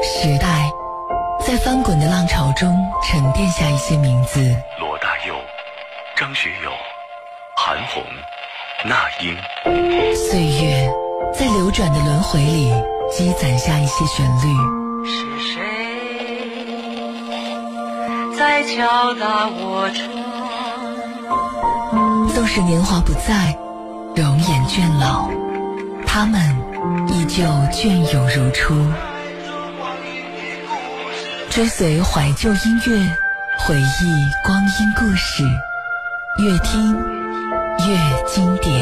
时代在翻滚的浪潮中沉淀下一些名字： 罗大佑、张学友、韩红、那英。 岁月在流转的轮回里积攒下一些旋律。 是谁在敲打我窗？ 纵使年华不在，容颜倦老，他们依旧隽永如初。追随怀旧音乐，回忆光阴故事，越听越经典。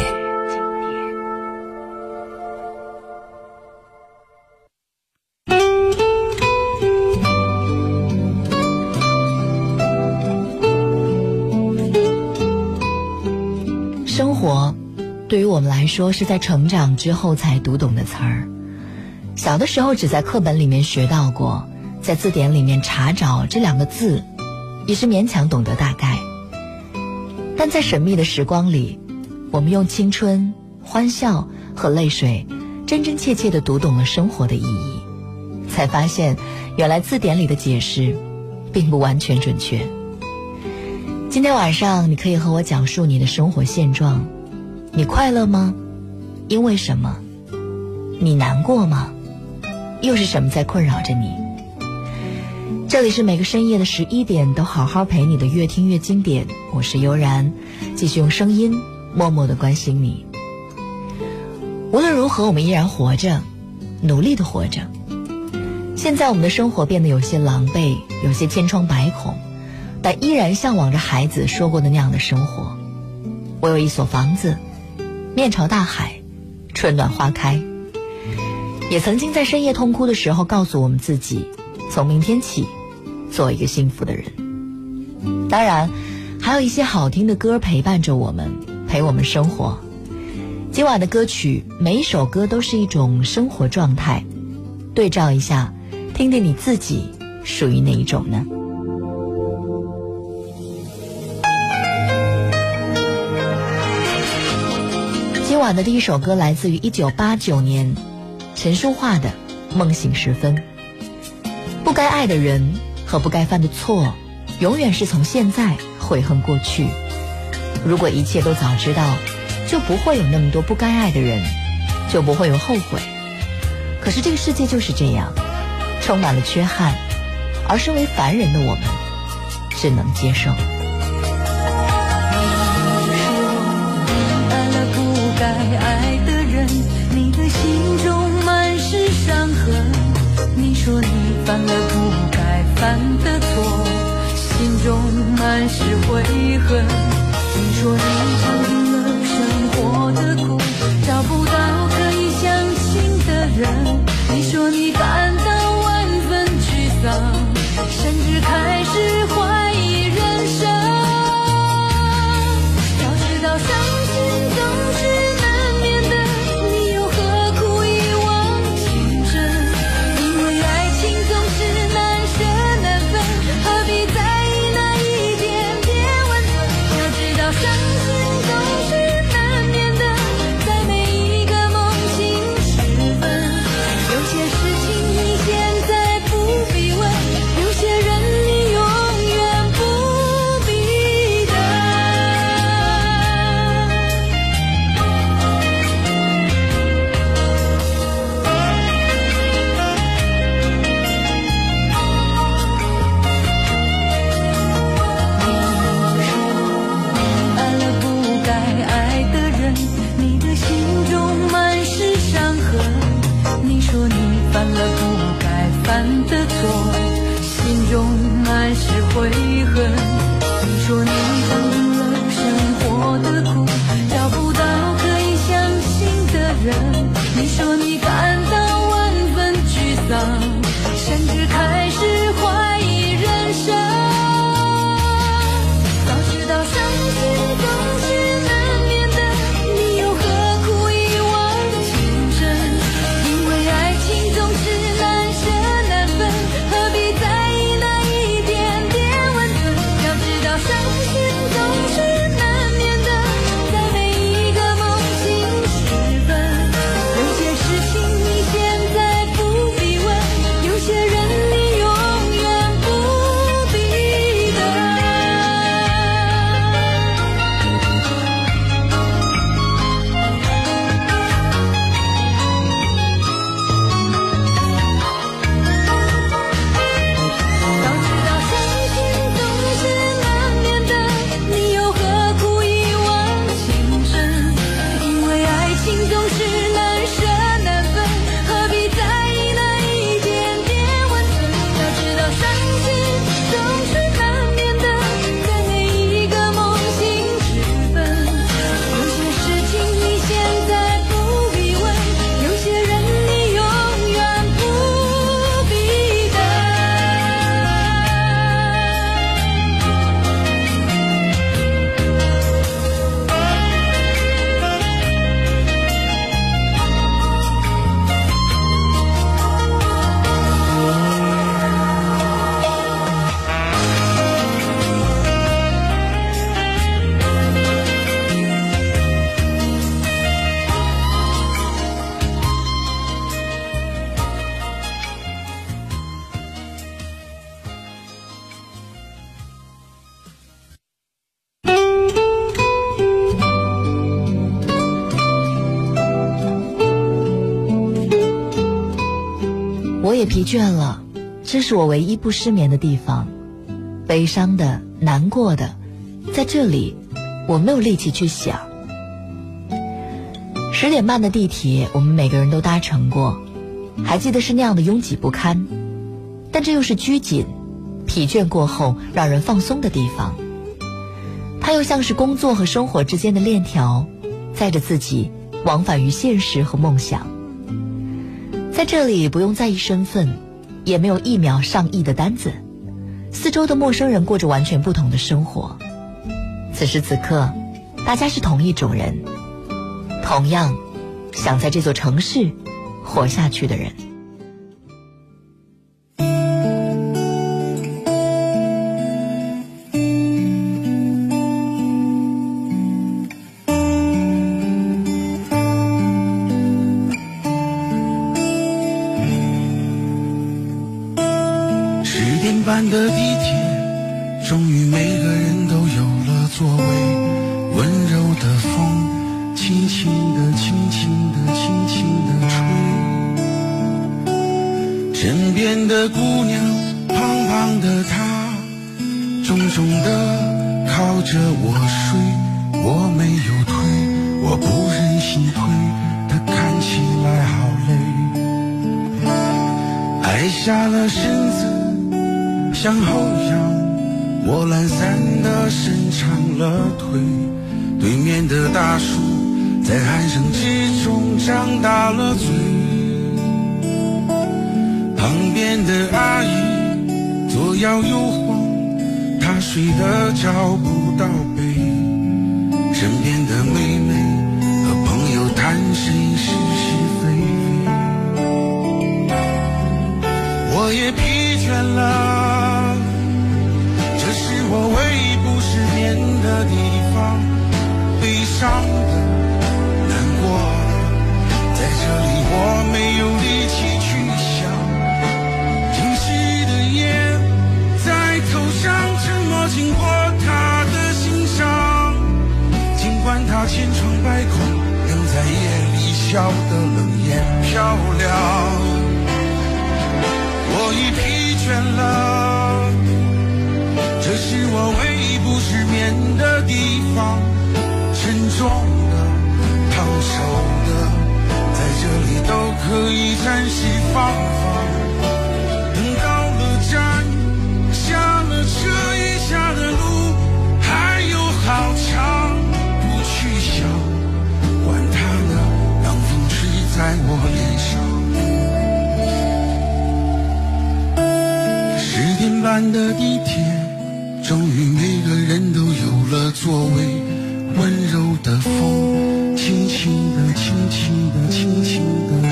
生活对于我们来说是在成长之后才读懂的词儿，小的时候只在课本里面学到过，在字典里面查找这两个字也是勉强懂得大概。但在神秘的时光里，我们用青春、欢笑和泪水真真切切地读懂了生活的意义，才发现原来字典里的解释并不完全准确。今天晚上你可以和我讲述你的生活现状，你快乐吗？因为什么？你难过吗？又是什么在困扰着你？这里是每个深夜的11点都好好陪你的越听越经典，我是悠然，继续用声音默默地关心你。无论如何，我们依然活着，努力地活着。现在我们的生活变得有些狼狈，有些千疮百孔，但依然向往着孩子说过的那样的生活。我有一所房子，面朝大海，春暖花开。也曾经在深夜痛哭的时候告诉我们自己，从明天起做一个幸福的人。当然还有一些好听的歌陪伴着我们，陪我们生活。今晚的歌曲每一首歌都是一种生活状态，对照一下，听听你自己属于哪一种呢？今晚的第一首歌来自于1989年陈淑桦的《梦醒时分》。不该爱的人和不该犯的错，永远是从现在悔恨过去。如果一切都早知道，就不会有那么多不该爱的人，就不会有后悔。可是这个世界就是这样，充满了缺憾，而身为凡人的我们只能接受。 该爱的人，你的心中满是伤痕。你说你犯了不该犯的错，心中满是悔恨。你说你尝尽了生活的苦，找不到可以相信的人。你说你感到万分沮丧，甚至开始怀疑人生。要知道伤心总是悔恨。你说你尝尽了生活的苦，找不到可以相信的人。你说你感到万分沮丧，甚至开始怀疑人生。早知道伤心总是难免的，你又何苦一往情深？因为爱情总是难舍难分，何必在意那一点点温存？要知道伤心我也疲倦了，这是我唯一不失眠的地方。悲伤的、难过的，在这里我没有力气去想。10点半的地铁，我们每个人都搭乘过，还记得是那样的拥挤不堪，但这又是拘谨、疲倦过后让人放松的地方。它又像是工作和生活之间的链条，载着自己往返于现实和梦想。在这里不用在意身份，也没有1秒上亿的单子，四周的陌生人过着完全不同的生活。此时此刻，大家是同一种人，同样想在这座城市活下去的人。 10点半的地铁，终于每个人都有了座位，温柔的风轻轻地轻轻地轻轻地吹，身边的姑娘胖胖的她，重重地靠着我睡，我没有推，我不忍心推，她看起来好累，矮下了身子向后仰，我懒散地伸长了腿，对面的大树在鼾声之中张大了嘴，旁边的阿姨左摇右晃，她睡得找不到北，身边的妹妹和朋友谈谁是是非非，我也疲倦了，这是我唯一不失眠的地方，悲伤的、难过的，在这里我没有力气去想，静止的夜在头上沉默经过他的心上，尽管他千疮百孔，仍在夜里笑得冷眼漂亮。我已疲倦了，这是我唯一不失眠的地方，沉重的、烫手的，在这里都可以暂时放放。等到了站，下了车，余下的路还有好长，不去想，管它呢，让风吹在我脸上。10点半的地铁，终于每个人都有了座位，温柔的风轻轻地轻轻地轻轻地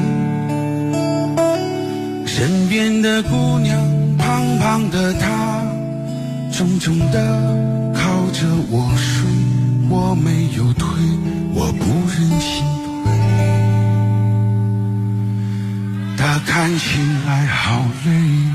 吹，身边的姑娘胖胖的她，重重地靠着我睡，我没有推，我不忍心推，她看起来好累。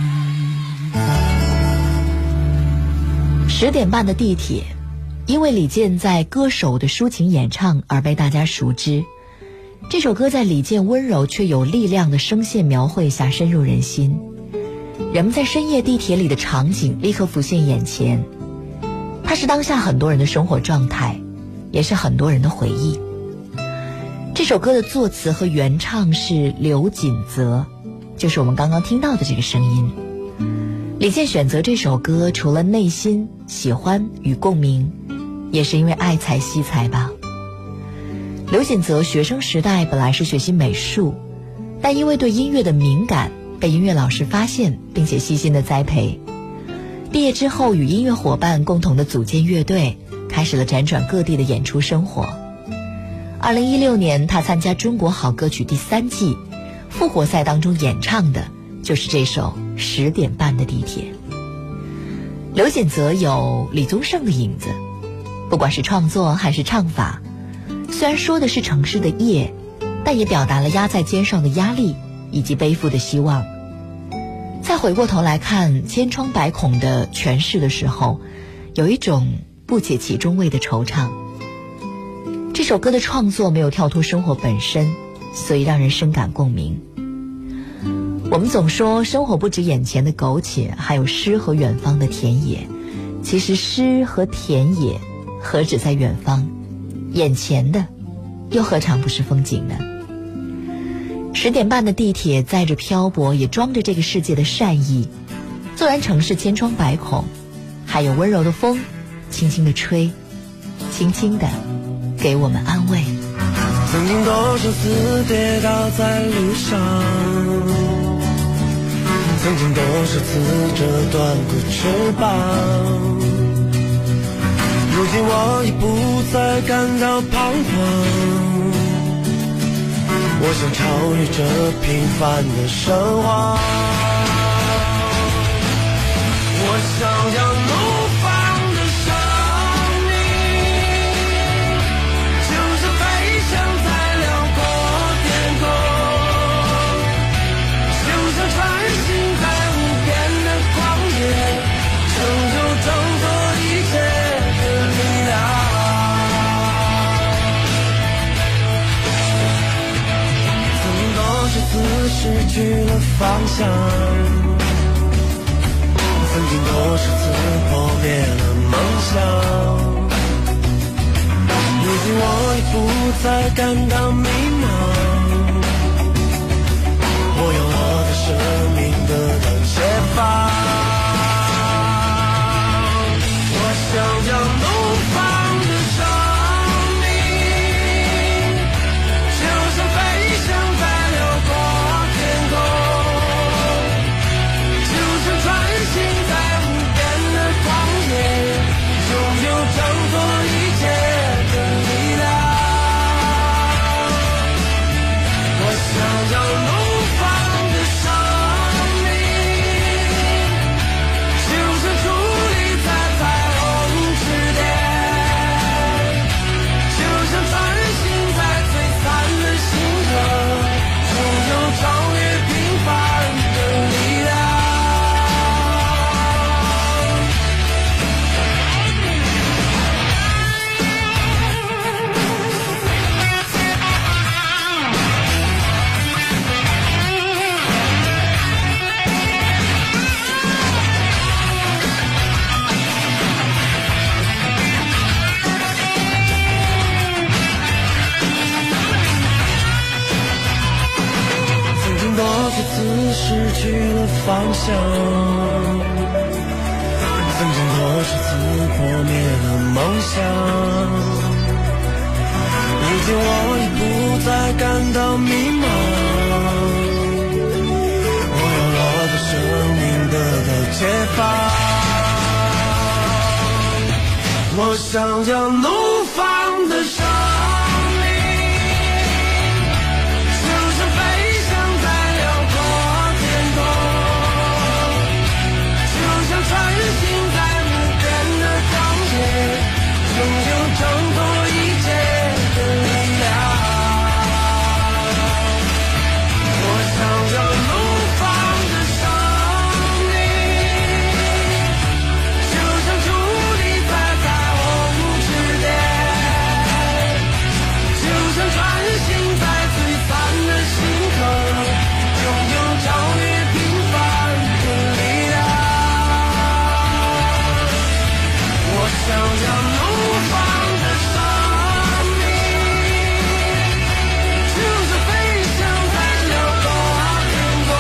10点半的地铁，因为李健在歌手的抒情演唱而被大家熟知。这首歌在李健温柔却有力量的声线描绘下深入人心，人们在深夜地铁里的场景立刻浮现眼前，它是当下很多人的生活状态，也是很多人的回忆。这首歌的作词和原唱是刘锦泽，就是我们刚刚听到的这个声音。李健选择这首歌，除了内心喜欢与共鸣，也是因为爱才惜才吧。刘锦泽学生时代本来是学习美术，但因为对音乐的敏感，被音乐老师发现并且细心的栽培。毕业之后与音乐伙伴共同的组建乐队，开始了辗转各地的演出生活。2016年他参加中国好歌曲第3季复活赛当中演唱的就是这首10点半的地铁。刘锦泽有李宗盛的影子，不管是创作还是唱法，虽然说的是城市的夜，但也表达了压在肩上的压力以及背负的希望。再回过头来看千疮百孔的诠释的时候，有一种不解其中味的惆怅。这首歌的创作没有跳脱生活本身，所以让人深感共鸣。我我们总说生活不止眼前的苟且，还有诗和远方的田野。其实诗和田野何止在远方，眼前的又何尝不是风景呢？10点半的地铁载着漂泊，也装着这个世界的善意。纵然城市千疮百孔，还有温柔的风轻轻地吹，轻轻地给我们安慰。 曾经多少次跌倒在路上，曾经多少次折断过翅膀，如今我已不再感到彷徨，我想超越这平凡的生活，我想要怒放的生命，就是飞翔在辽阔天空，就像穿行在无边的旷野，成就挣脱一切的力量。曾经多少次失去了方向，曾经多少次破灭了梦想，如今我已不再感到迷茫，我用我的生命得到解放，我想要怒放的生命，就像飞翔在辽阔天空，就像穿行在无边的旷野，拥有挣脱一切的力量。我想要怒放的生命，就像矗立在彩虹之巅，就像穿行在璀璨的星河，拥有超越平凡的力量。曾经多少次失去了方向，曾经多少次破灭了梦想，如今我已不再感到迷茫，我用我的生命得到解放，我想要怒放的生命，就像飞翔在辽阔天空，就像穿行在无边的旷野，拥有挣脱一切的力量。我想要怒放的生命，就像矗立在彩虹之巅，就像穿行在璀璨的星河，拥有超越平凡的力量。我想要怒放的生命，就像飞翔在辽阔天空，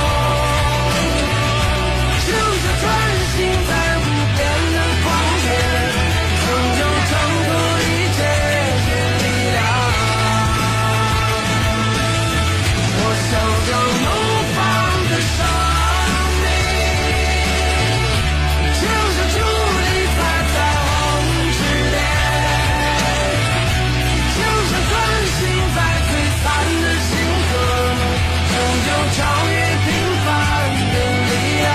就像穿行在无边的旷野，拥有挣脱一切的力量。我想要怒放的生命，就像矗立在彩虹之巅，就像穿行在璀璨的星河，拥有超越平凡的力量。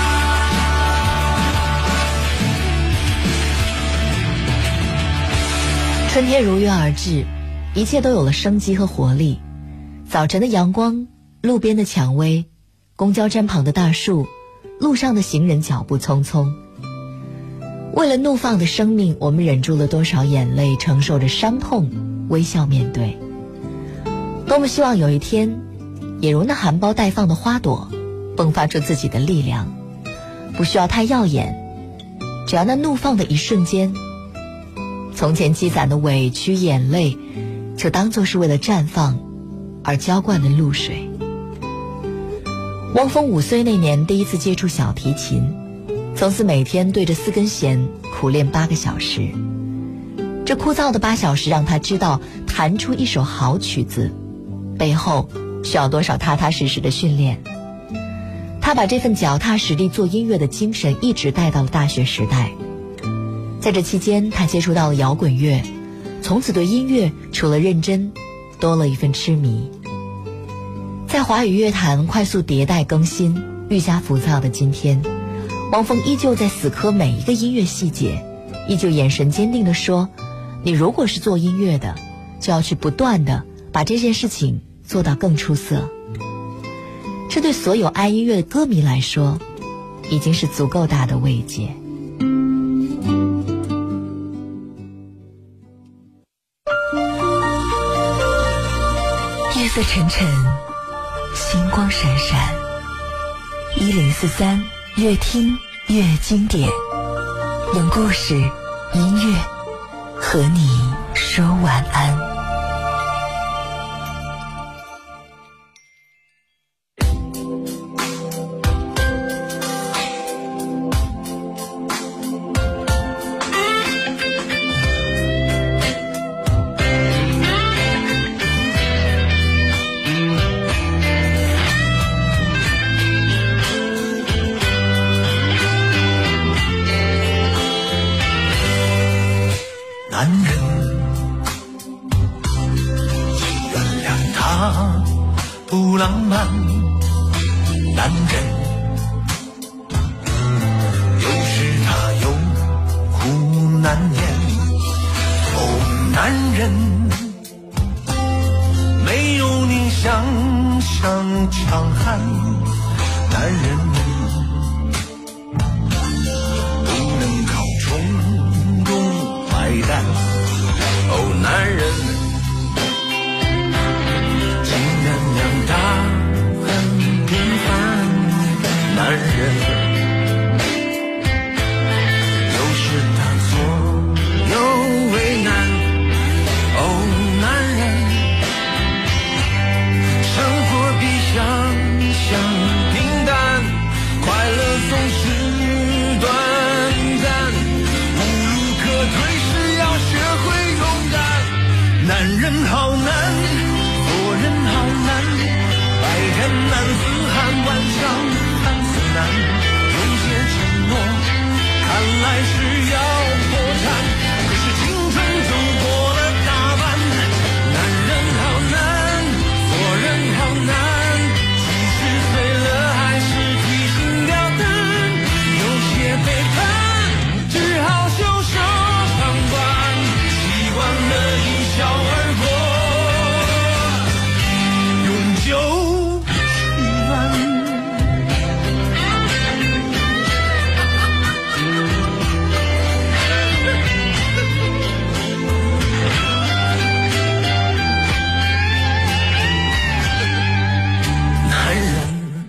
春天如约而至，一切都有了生机和活力。早晨的阳光，路边的蔷薇，公交站旁的大树，路上的行人脚步匆匆。为了怒放的生命，我们忍住了多少眼泪，承受着伤痛，微笑面对。多么希望有一天，也如那含苞待放的花朵， 迸发出自己的力量，不需要太耀眼，只要那怒放的一瞬间，从前积攒的委屈眼泪就当作是为了绽放而浇灌的露水。汪峰5岁那年第一次接触小提琴，从此每天对着4根弦苦练8个小时。这枯燥的8小时让他知道弹出一首好曲子背后需要多少踏踏实实的训练。他把这份脚踏实地做音乐的精神一直带到了大学时代。在这期间，他接触到了摇滚乐，从此对音乐除了认真多了一份痴迷。在华语乐坛快速迭代更新愈加浮躁的今天，汪峰依旧在死磕每一个音乐细节，依旧眼神坚定地说，你如果是做音乐的，就要去不断地把这件事情做到更出色。这对所有爱音乐的歌迷来说已经是足够大的慰藉。夜色沉沉，星光闪闪，1043越听越经典，用故事音乐和你说晚安。 男人，请原谅他不浪漫。男人，有时他有苦难言。哦，男人，没有你想象强悍。男人，不能靠冲动买单。哦，男人，请原谅他很平凡。男人，有时他左右为难。哦，男人，生活比想象平淡，快乐总是短暂，无路可退时要学会勇敢。男人好难，做人好难，白天男子汉，晚上汉子难。有些承诺看来是要破产，可是青春就过了大半。男人好难，做人好难，即使碎了还是提心吊胆。有些背叛只好袖手旁观，习惯了一笑而过，永久习惯。男人，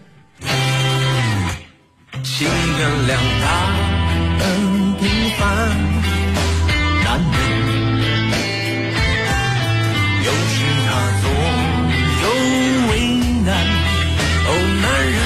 请原谅他很平凡。男人，有时他左右为难。哦，男人，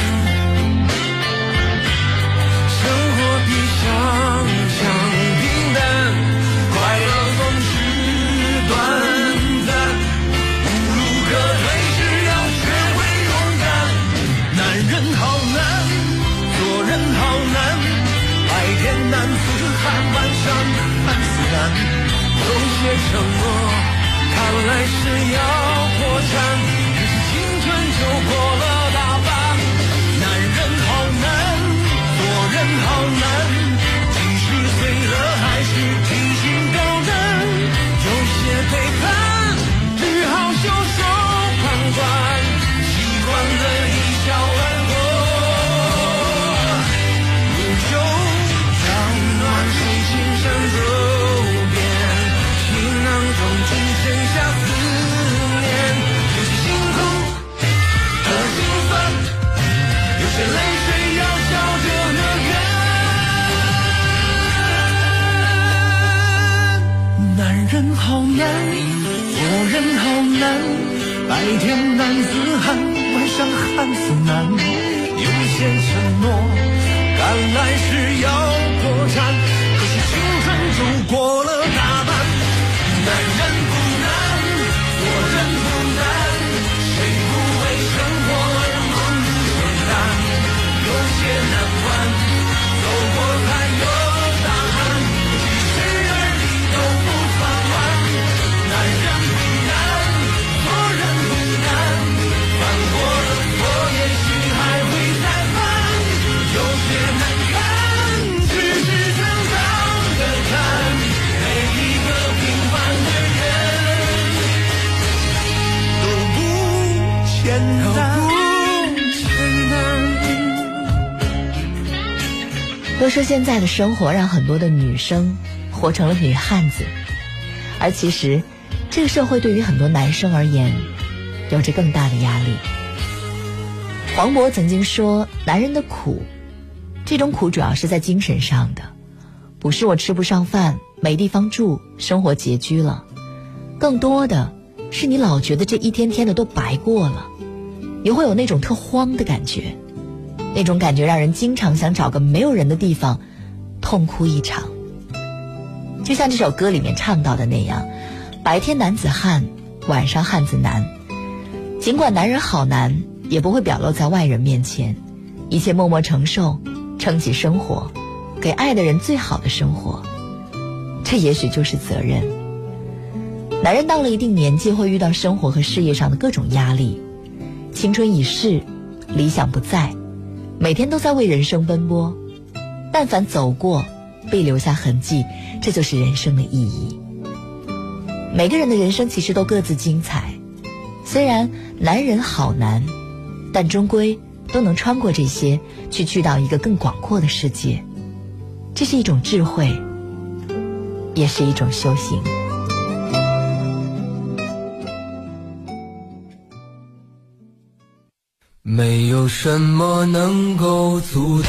生活比想象平淡，快乐总是短暂，无路可退时要学会勇敢。男人好难，做人好难，白天男子汉，晚上汉子难。有些承诺看来是要破产，可是青春就过了大半。男人好难，做人好难，即使碎了还是提心吊胆。有些背叛只好袖手旁观，习惯了一笑而过，如旧让暖水青山走遍，行囊中只剩下思念。有些星空和星泪水要笑着的干。男人好难，做人好难，白天男子汉，晚上汉子难。有些承诺赶来时要破产，可是青春就过了大半。男人不难，做人不难，谁不为生活而忙碌简单？有些难关，走过才有答案，几时而立都不算晚。男人不难，做人不难，犯过的错也许还会再犯。有些难看，只是成长的坎，每一个平凡的人都不简单。 都说现在的生活让很多的女生活成了女汉子，而其实这个社会对于很多男生而言有着更大的压力。黄渤曾经说，男人的苦，这种苦主要是在精神上的，不是我吃不上饭，没地方住，生活拮据了，更多的是你老觉得这一天天的都白过了，你会有那种特慌的感觉，那种感觉让人经常想找个没有人的地方痛哭一场。就像这首歌里面唱到的那样，白天男子汉，晚上汉子难。尽管男人好难，也不会表露在外人面前，一切默默承受，撑起生活，给爱的人最好的生活，这也许就是责任。男人到了一定年纪，会遇到生活和事业上的各种压力，青春已逝，理想不在，每天都在为人生奔波，但凡走过，必留下痕迹，这就是人生的意义。每个人的人生其实都各自精彩，虽然男人好难，但终归都能穿过这些，去到一个更广阔的世界。这是一种智慧，也是一种修行。 没有什么能够阻挡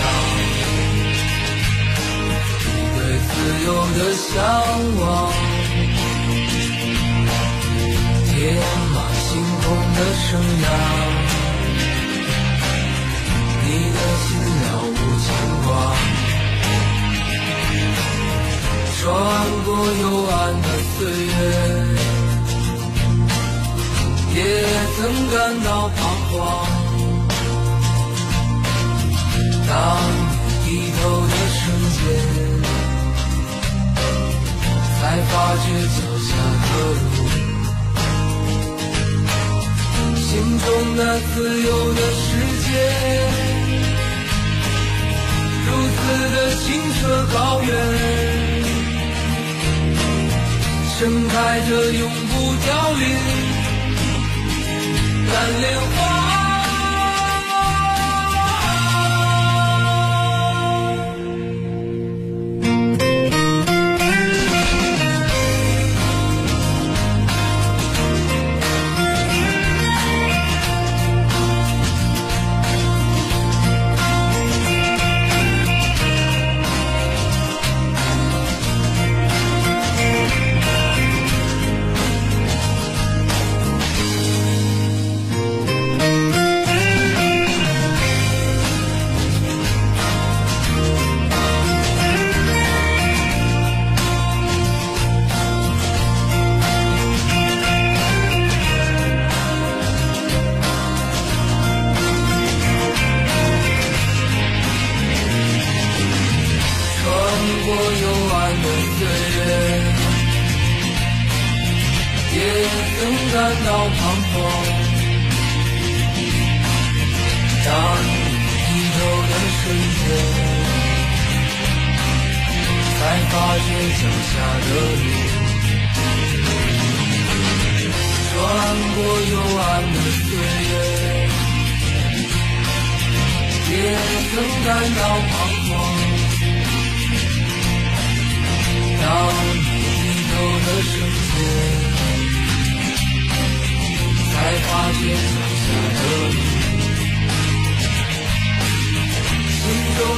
你对自由的向往，天马行空的生涯，你的心了无牵挂，穿过幽暗的岁月，也曾感到彷徨。当你低头的瞬间，才发觉脚下的路，心中那自由的世界，如此的清澈高远，盛开着永不凋零蓝莲花。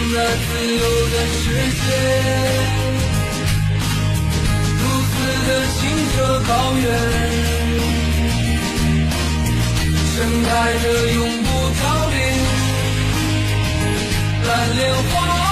在自由的世界，如此的清澈高远，盛开着永不凋零蓝莲花。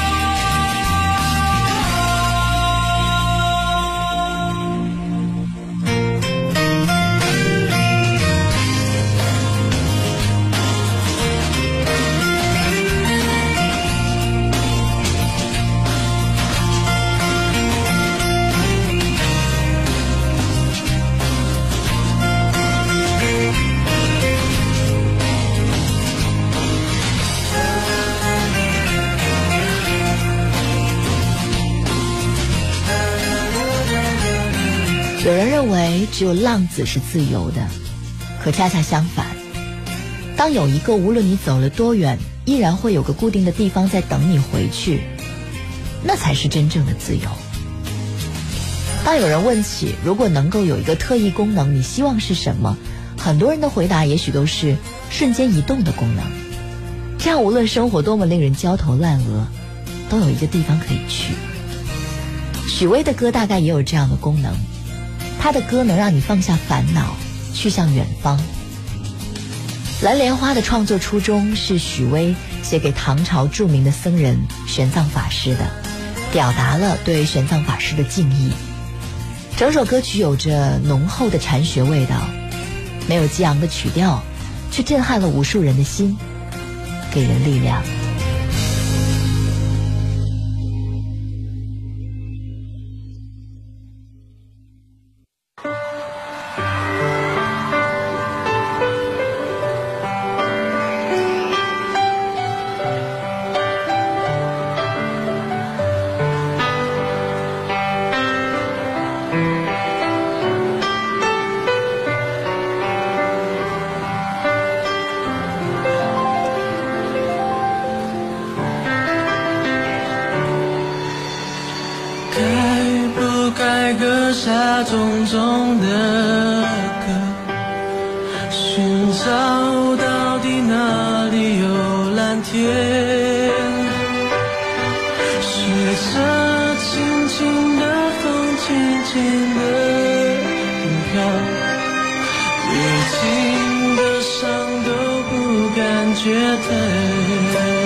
有人认为只有浪子是自由的，可恰恰相反，当有一个无论你走了多远依然会有个固定的地方在等你回去，那才是真正的自由。当有人问起如果能够有一个特异功能你希望是什么，很多人的回答也许都是瞬间移动的功能，这样无论生活多么令人焦头烂额，都有一个地方可以去。许巍的歌大概也有这样的功能，他的歌能让你放下烦恼，去向远方。蓝莲花的创作初衷是许巍写给唐朝著名的僧人玄奘法师的，表达了对玄奘法师的敬意。整首歌曲有着浓厚的禅学味道，没有激昂的曲调，却震撼了无数人的心，给人力量。 下种种的歌，寻找到底哪里有蓝天，随着轻轻的风轻轻的飘，越近的伤都不感觉疼。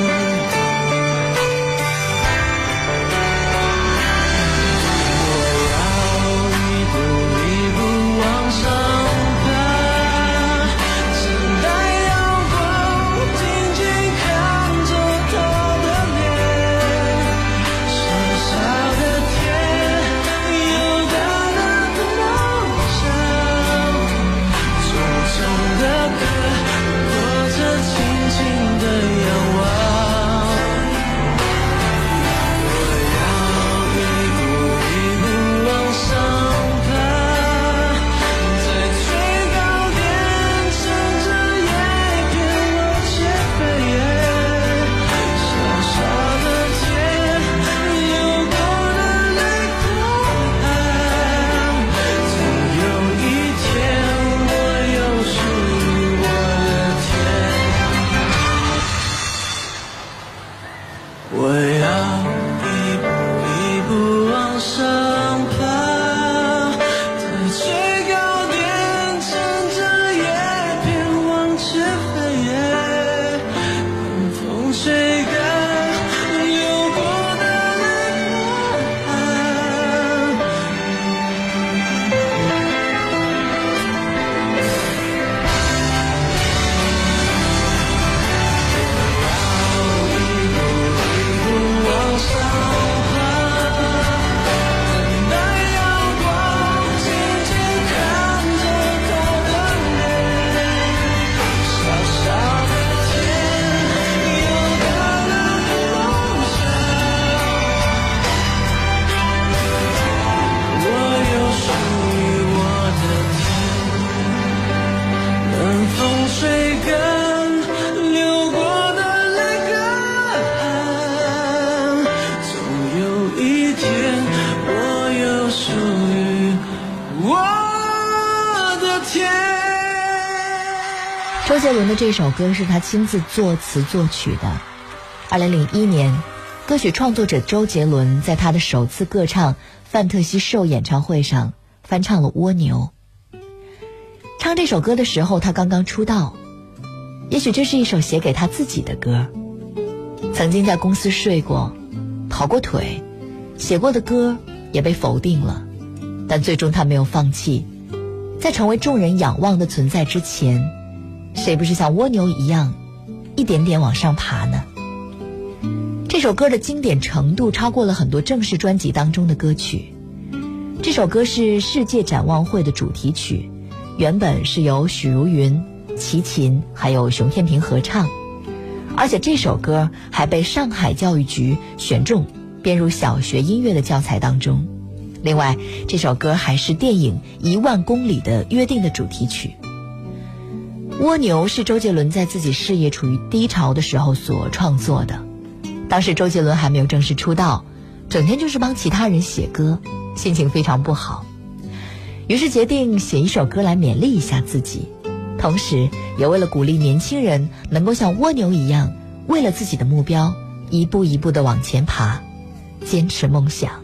周杰伦的这首歌是他亲自作词作曲的 2001年，歌曲创作者周杰伦在他的首次个唱范特西秀演唱会上翻唱了《蜗牛》。唱这首歌的时候，他刚刚出道，也许这是一首写给他自己的歌。曾经在公司睡过，跑过腿，写过的歌也被否定了，但最终他没有放弃。在成为众人仰望的存在之前，谁不是像蜗牛一样一点点往上爬呢？这首歌的经典程度超过了很多正式专辑当中的歌曲。这首歌是世界展望会的主题曲，原本是由许茹芸、齐秦还有熊天平合唱，而且这首歌还被上海教育局选中编入小学音乐的教材当中。另外，这首歌还是电影《10000公里的约定》的主题曲。蜗牛是周杰伦在自己事业处于低潮的时候所创作的。当时周杰伦还没有正式出道，整天就是帮其他人写歌，心情非常不好，于是决定写一首歌来勉励一下自己，同时也为了鼓励年轻人能够像蜗牛一样，为了自己的目标一步一步地往前爬，坚持梦想。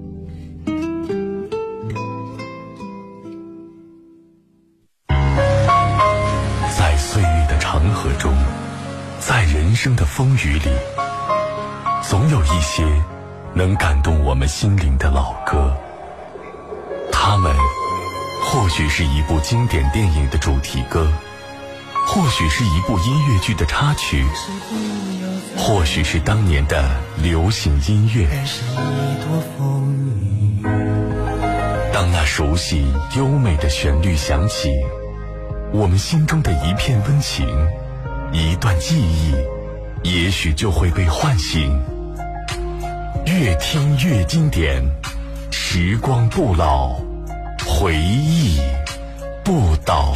在岁月的长河中，在人生的风雨里，总有一些能感动我们心灵的老歌。它们或许是一部经典电影的主题歌，或许是一部音乐剧的插曲，或许是当年的流行音乐。当那熟悉优美的旋律响起，我们心中的一片温情，一段记忆，也许就会被唤醒。越听越经典，时光不老，回忆不倒。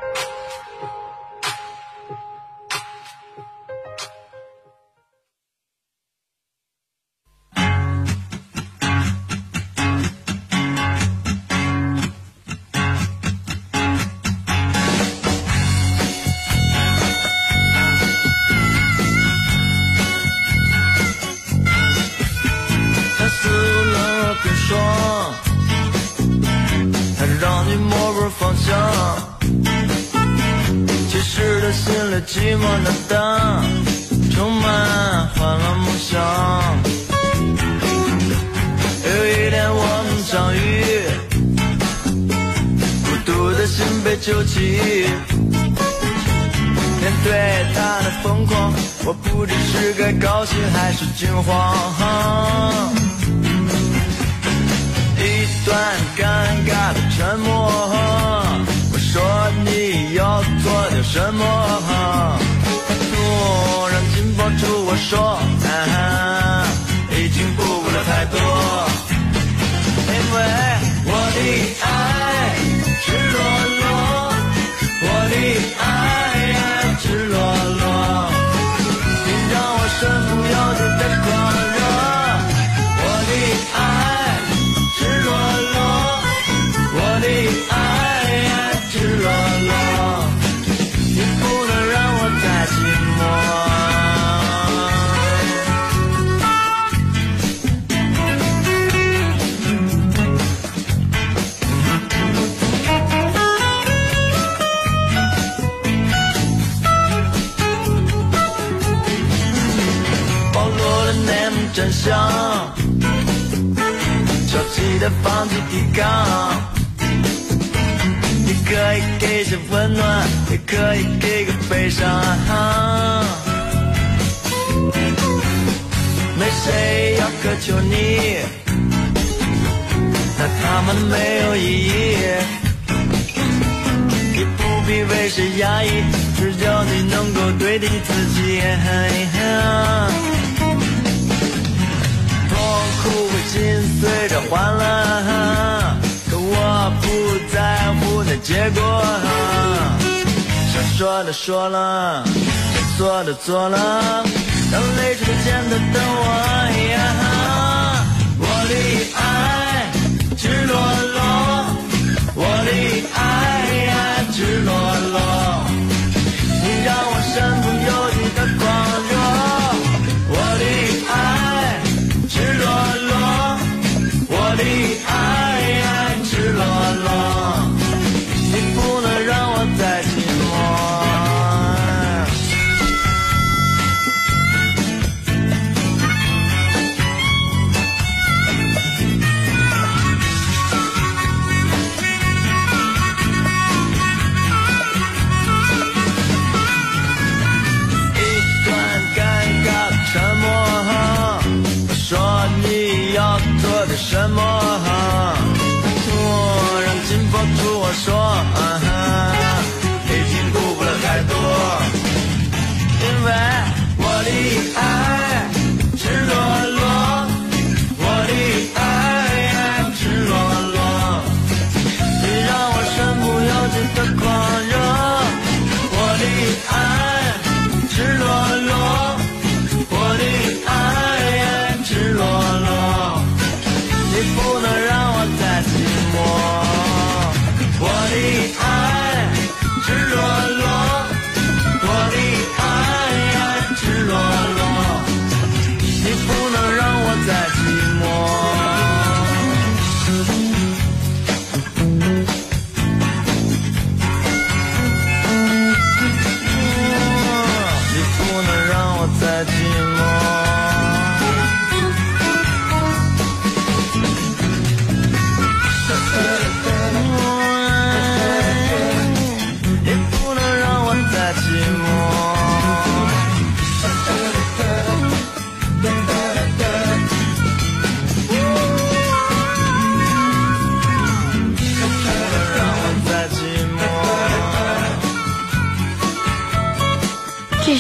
寂寞难当，充满欢乐梦想。有一天我们相遇，孤独的心被揪起。面对他的疯狂，我不知是该高兴还是惊慌。一段尴尬的沉默，我说你要做点什么。突然紧抱住我说，已经顾不了太多，因为我的爱赤裸裸，我的爱赤裸裸，你让我身不由己的狂热。我的爱赤裸裸，我的爱赤裸裸，你不能让我再寂寞。暴露了内幕真相，消极的放弃抵抗。你可以给些温暖，也可以给个悲伤。没谁要渴求你，那他们没有意义。你不必为谁压抑，只有你能够对得起自己。痛苦会紧随着欢乐，可我不在乎那结果。想说的说了，想做的做了，当泪水间的等我。我的爱赤裸裸，我的爱赤裸裸，你让我身不由己的狂热。我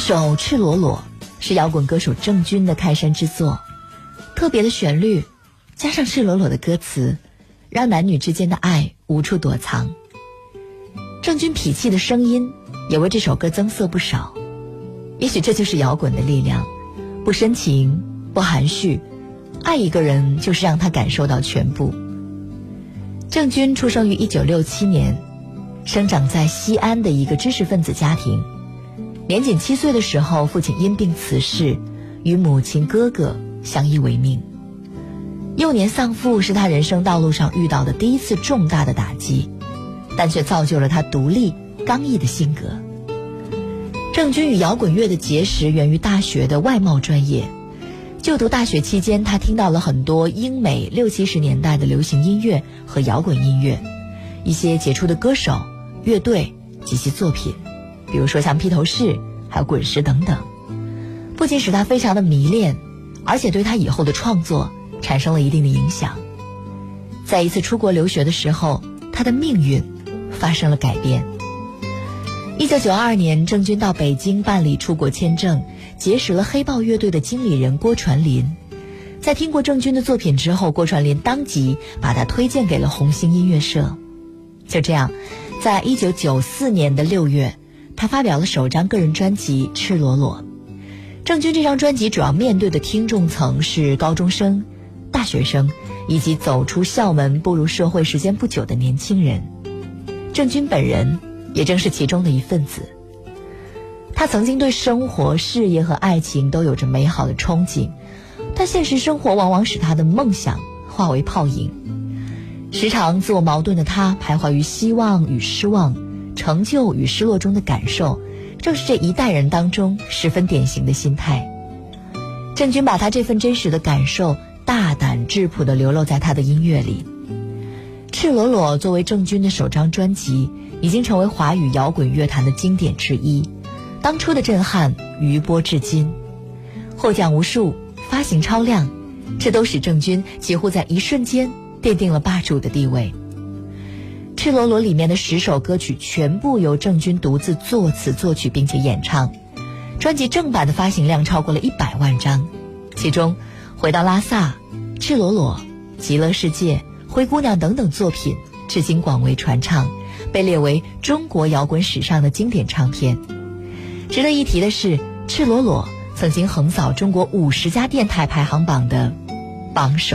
首《赤裸裸》是摇滚歌手郑钧的开山之作，特别的旋律加上赤裸裸的歌词，让男女之间的爱无处躲藏。郑钧痞气的声音也为这首歌增色不少，也许这就是摇滚的力量，不深情不含蓄，爱一个人就是让他感受到全部。郑钧出生于1967年，生长在西安的一个知识分子家庭。年仅7岁的时候，父亲因病辞世，与母亲哥哥相依为命。幼年丧父是他人生道路上遇到的第一次重大的打击，但却造就了他独立刚毅的性格。郑钧与摇滚乐的结识源于大学的外贸专业。就读大学期间，他听到了很多英美60、70年代的流行音乐和摇滚音乐，一些杰出的歌手、乐队及其作品，比如说像披头士还有滚石等等，不仅使他非常的迷恋，而且对他以后的创作产生了一定的影响。在一次出国留学的时候，他的命运发生了改变。1992年，郑钧到北京办理出国签证，结识了黑豹乐队的经理人郭传林。在听过郑钧的作品之后，郭传林当即把他推荐给了红星音乐社。就这样，在1994年的6月，他发表了首张个人专辑《赤裸裸》。郑钧这张专辑主要面对的听众层是高中生、大学生以及走出校门步入社会时间不久的年轻人。郑钧本人也正是其中的一份子。他曾经对生活、事业和爱情都有着美好的憧憬，但现实生活往往使他的梦想化为泡影。时常自我矛盾的他徘徊于希望与失望、成就与失落中的感受，正是这一代人当中十分典型的心态。郑钧把他这份真实的感受大胆质朴地流露在他的音乐里。赤裸裸作为郑钧的首张专辑，已经成为华语摇滚乐坛的经典之一，当初的震撼余波至今，获奖无数，发行超量，这都使郑钧几乎在一瞬间奠定了霸主的地位。赤裸裸里面的10首歌曲全部由郑钧独自作词作曲并且演唱，专辑正版的发行量超过了100万张，其中回到拉萨、赤裸裸、极乐世界、灰姑娘等等作品至今广为传唱，被列为中国摇滚史上的经典唱片。值得一提的是，赤裸裸曾经横扫中国50家电台排行榜的榜首。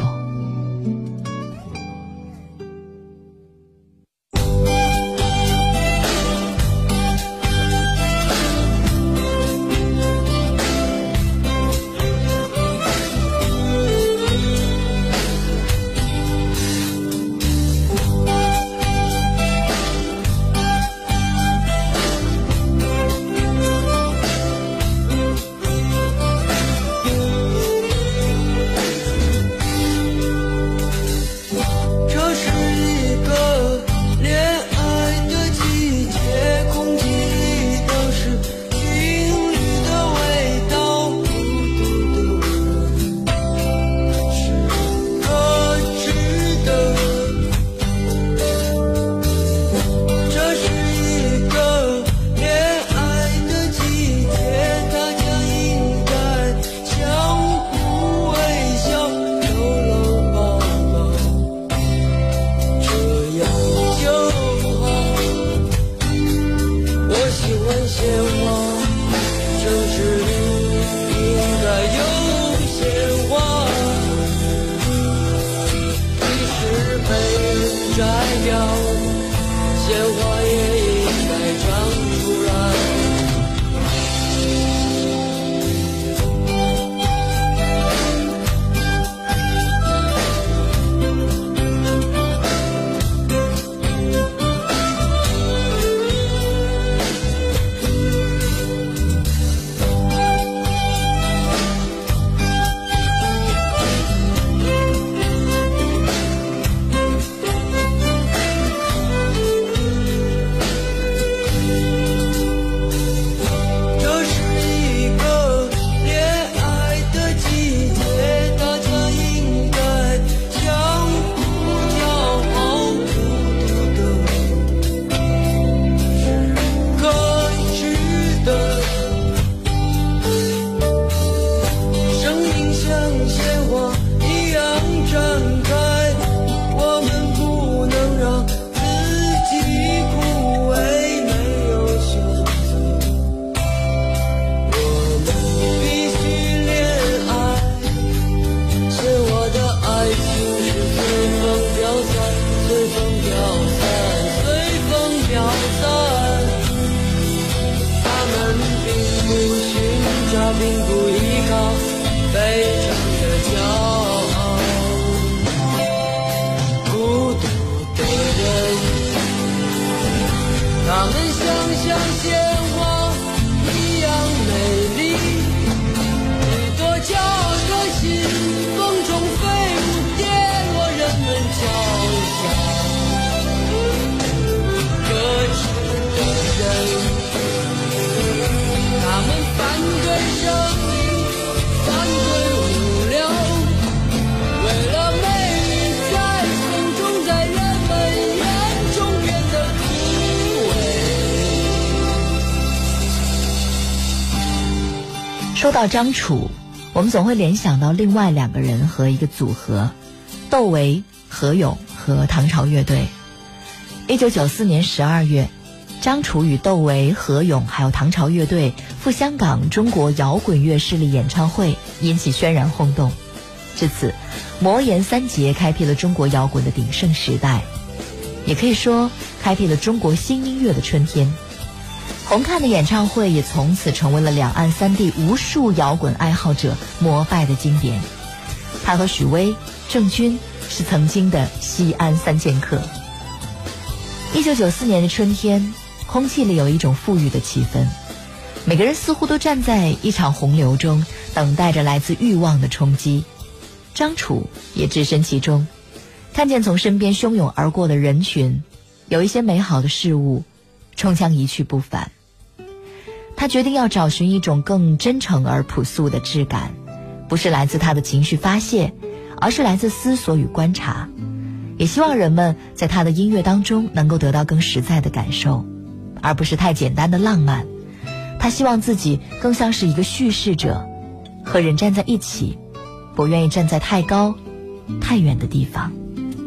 到张楚，我们总会联想到另外2个人和一个组合，窦唯、何勇和唐朝乐队。1994年12月，张楚与窦唯、何勇还有唐朝乐队赴香港中国摇滚乐势力演唱会，引起轩然轰动。至此，魔岩3杰开辟了中国摇滚的鼎盛时代，也可以说开辟了中国新音乐的春天。红磡的演唱会也从此成为了两岸三地无数摇滚爱好者膜拜的经典。他和许巍、郑钧是曾经的西安3剑客。1994年的春天，空气里有一种馥郁的气氛，每个人似乎都站在一场洪流中，等待着来自欲望的冲击。张楚也置身其中，看见从身边汹涌而过的人群，有一些美好的事物终将一去不返。他决定要找寻一种更真诚而朴素的质感，不是来自他的情绪发泄，而是来自思索与观察。也希望人们在他的音乐当中能够得到更实在的感受，而不是太简单的浪漫。他希望自己更像是一个叙事者，和人站在一起，不愿意站在太高太远的地方。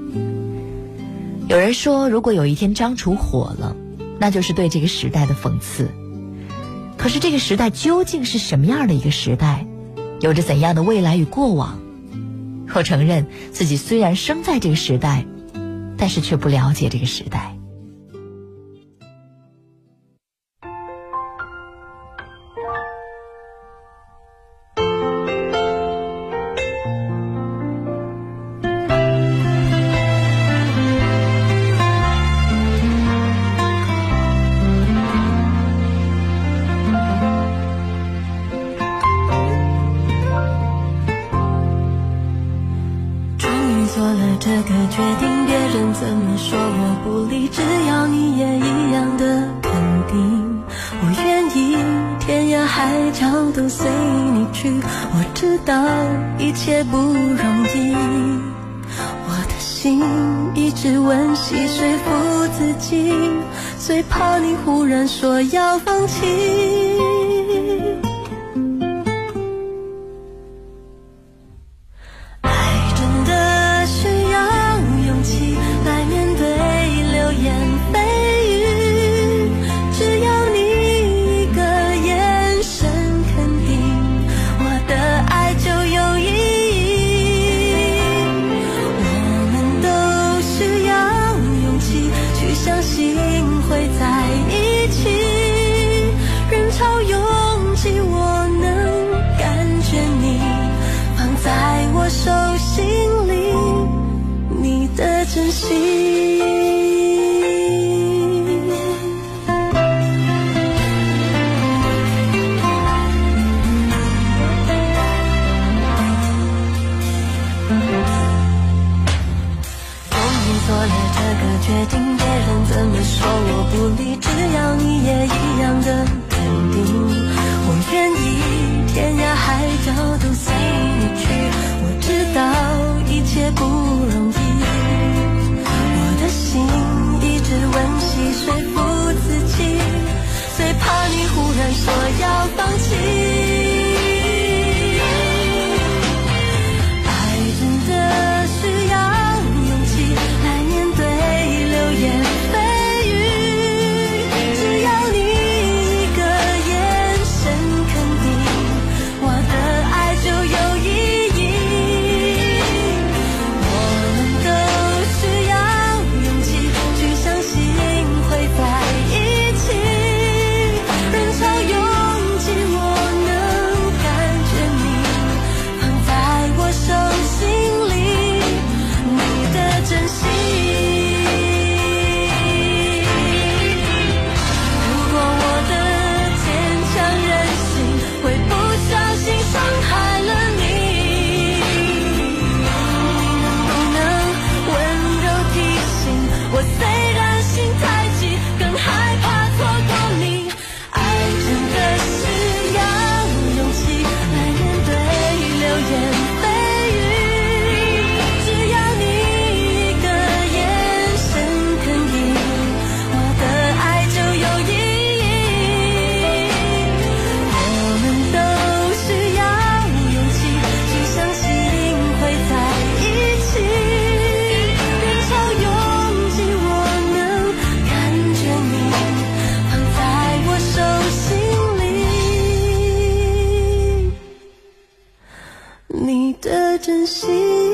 有人说，如果有一天张楚火了，那就是对这个时代的讽刺。可是这个时代究竟是什么样的一个时代，有着怎样的未来与过往？我承认自己虽然生在这个时代，但是却不了解这个时代。 这个决定，别人怎么说我不理，只要你也一样的肯定。我愿意天涯海角都随你去，我知道一切不容易，我的心一直温习说服自己，最怕你忽然说要放弃。手心里你的真心，终于做了这个决定，别人怎么说我不理，只要你也一样的肯定。我愿意天涯海角都随你去，知道一切不容易，我你的真心。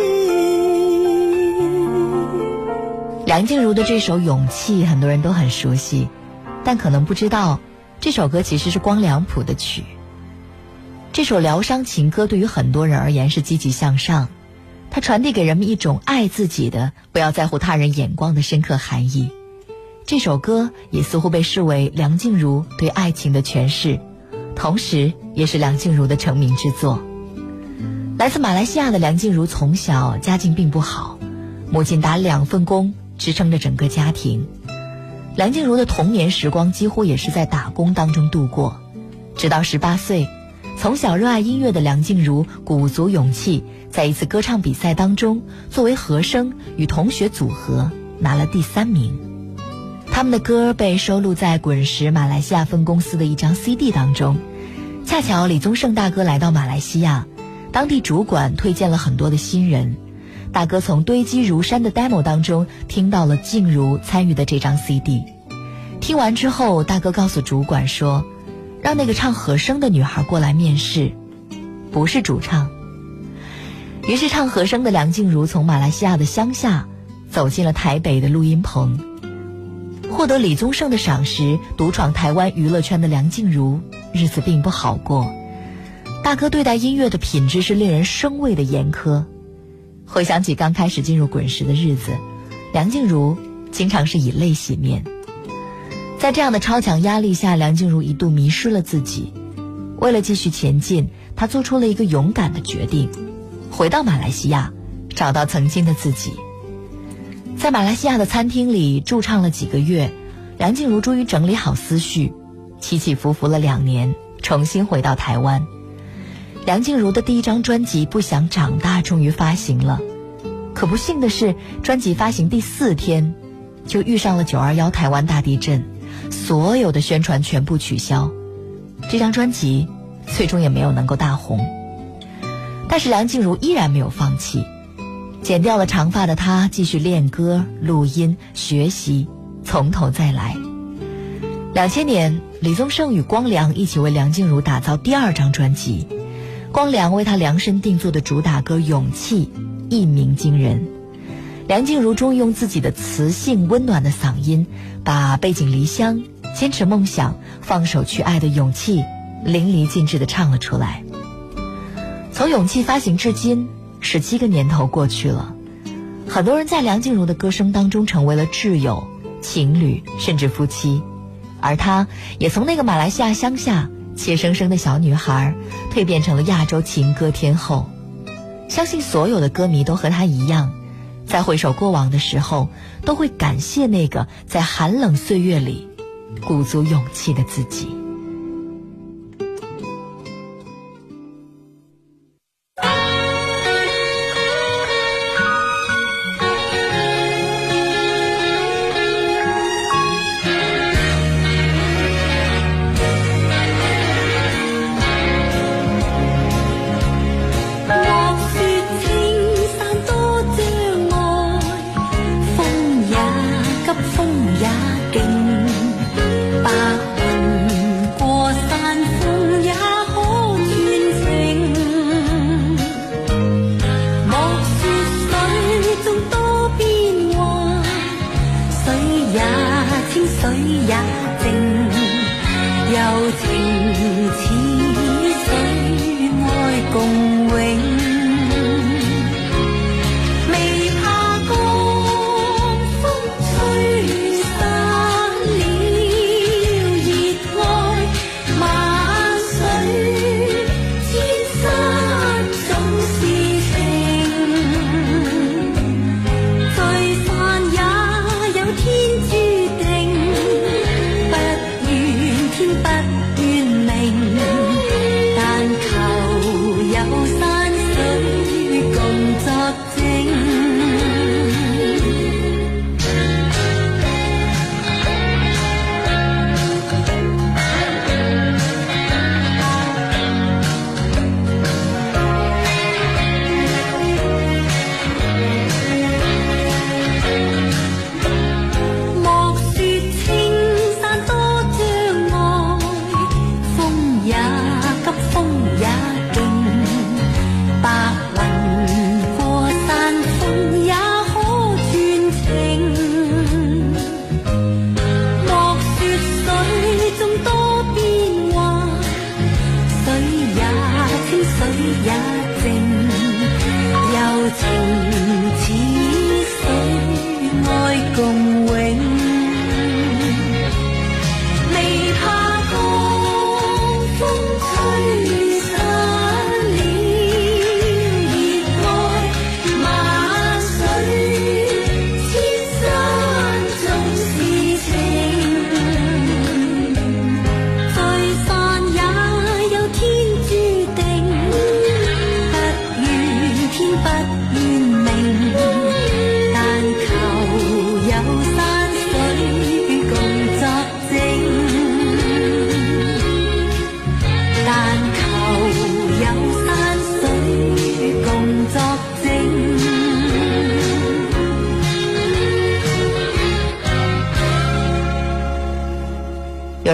梁静茹的这首《勇气》很多人都很熟悉，但可能不知道这首歌其实是光良谱的曲。这首疗伤情歌对于很多人而言是积极向上，它传递给人们一种爱自己的，不要在乎他人眼光的深刻含义。这首歌也似乎被视为梁静茹对爱情的诠释，同时也是梁静茹的成名之作。来自马来西亚的梁静茹从小家境并不好，母亲打2份工支撑着整个家庭。梁静茹的童年时光几乎也是在打工当中度过，直到18岁，从小热爱音乐的梁静茹鼓足勇气，在一次歌唱比赛当中作为和声与同学组合拿了第3名。他们的歌被收录在滚石马来西亚分公司的一张 CD 当中。恰巧李宗盛大哥来到马来西亚，当地主管推荐了很多的新人，大哥从堆积如山的 demo 当中听到了静茹参与的这张 CD。 听完之后，大哥告诉主管说，让那个唱和声的女孩过来面试，不是主唱。于是唱和声的梁静茹从马来西亚的乡下走进了台北的录音棚。获得李宗盛的赏识，独闯台湾娱乐圈的梁静茹日子并不好过。大哥对待音乐的品质是令人生畏的严苛。回想起刚开始进入滚石的日子，梁静茹经常是以泪洗面。在这样的超强压力下，梁静茹一度迷失了自己。为了继续前进，她做出了一个勇敢的决定，回到马来西亚，找到曾经的自己。在马来西亚的餐厅里驻唱了几个月，梁静茹终于整理好思绪，起起伏伏了2年，重新回到台湾。梁静茹的第1张专辑《不想长大》终于发行了，可不幸的是，专辑发行第4天就遇上了921台湾大地震，所有的宣传全部取消，这张专辑最终也没有能够大红。但是梁静茹依然没有放弃，剪掉了长发的她继续练歌、录音、学习，从头再来。2000年，李宗盛与光良一起为梁静茹打造第2张专辑，光良为她量身定做的主打歌《勇气》一鸣惊人。梁静茹终于用自己的磁性温暖的嗓音，把背井离乡、坚持梦想、放手去爱的勇气淋漓尽致地唱了出来。从《勇气》发行至今17个年头过去了，很多人在梁静茹的歌声当中成为了挚友、情侣，甚至夫妻。而她也从那个马来西亚乡下怯生生的小女孩蜕变成了亚洲情歌天后。相信所有的歌迷都和她一样，在回首过往的时候，都会感谢那个在寒冷岁月里鼓足勇气的自己。 風也勁，白雲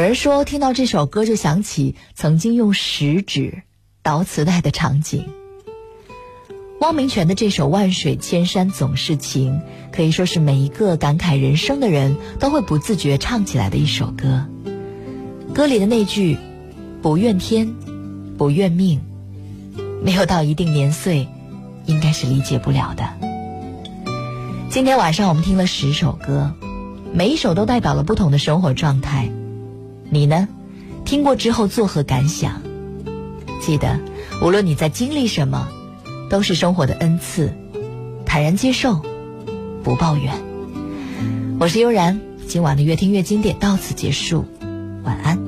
人说听到这首歌就想起曾经用食指倒磁带的场景。汪明荃的这首《万水千山总是情》可以说是每一个感慨人生的人都会不自觉唱起来的一首歌。歌里的那句不怨天不怨命，没有到一定年岁应该是理解不了的。今天晚上我们听了10首歌，每一首都代表了不同的生活状态。你呢？听过之后作何感想？记得无论你在经历什么，都是生活的恩赐，坦然接受，不抱怨。我是悠然，今晚的越听越经典到此结束，晚安。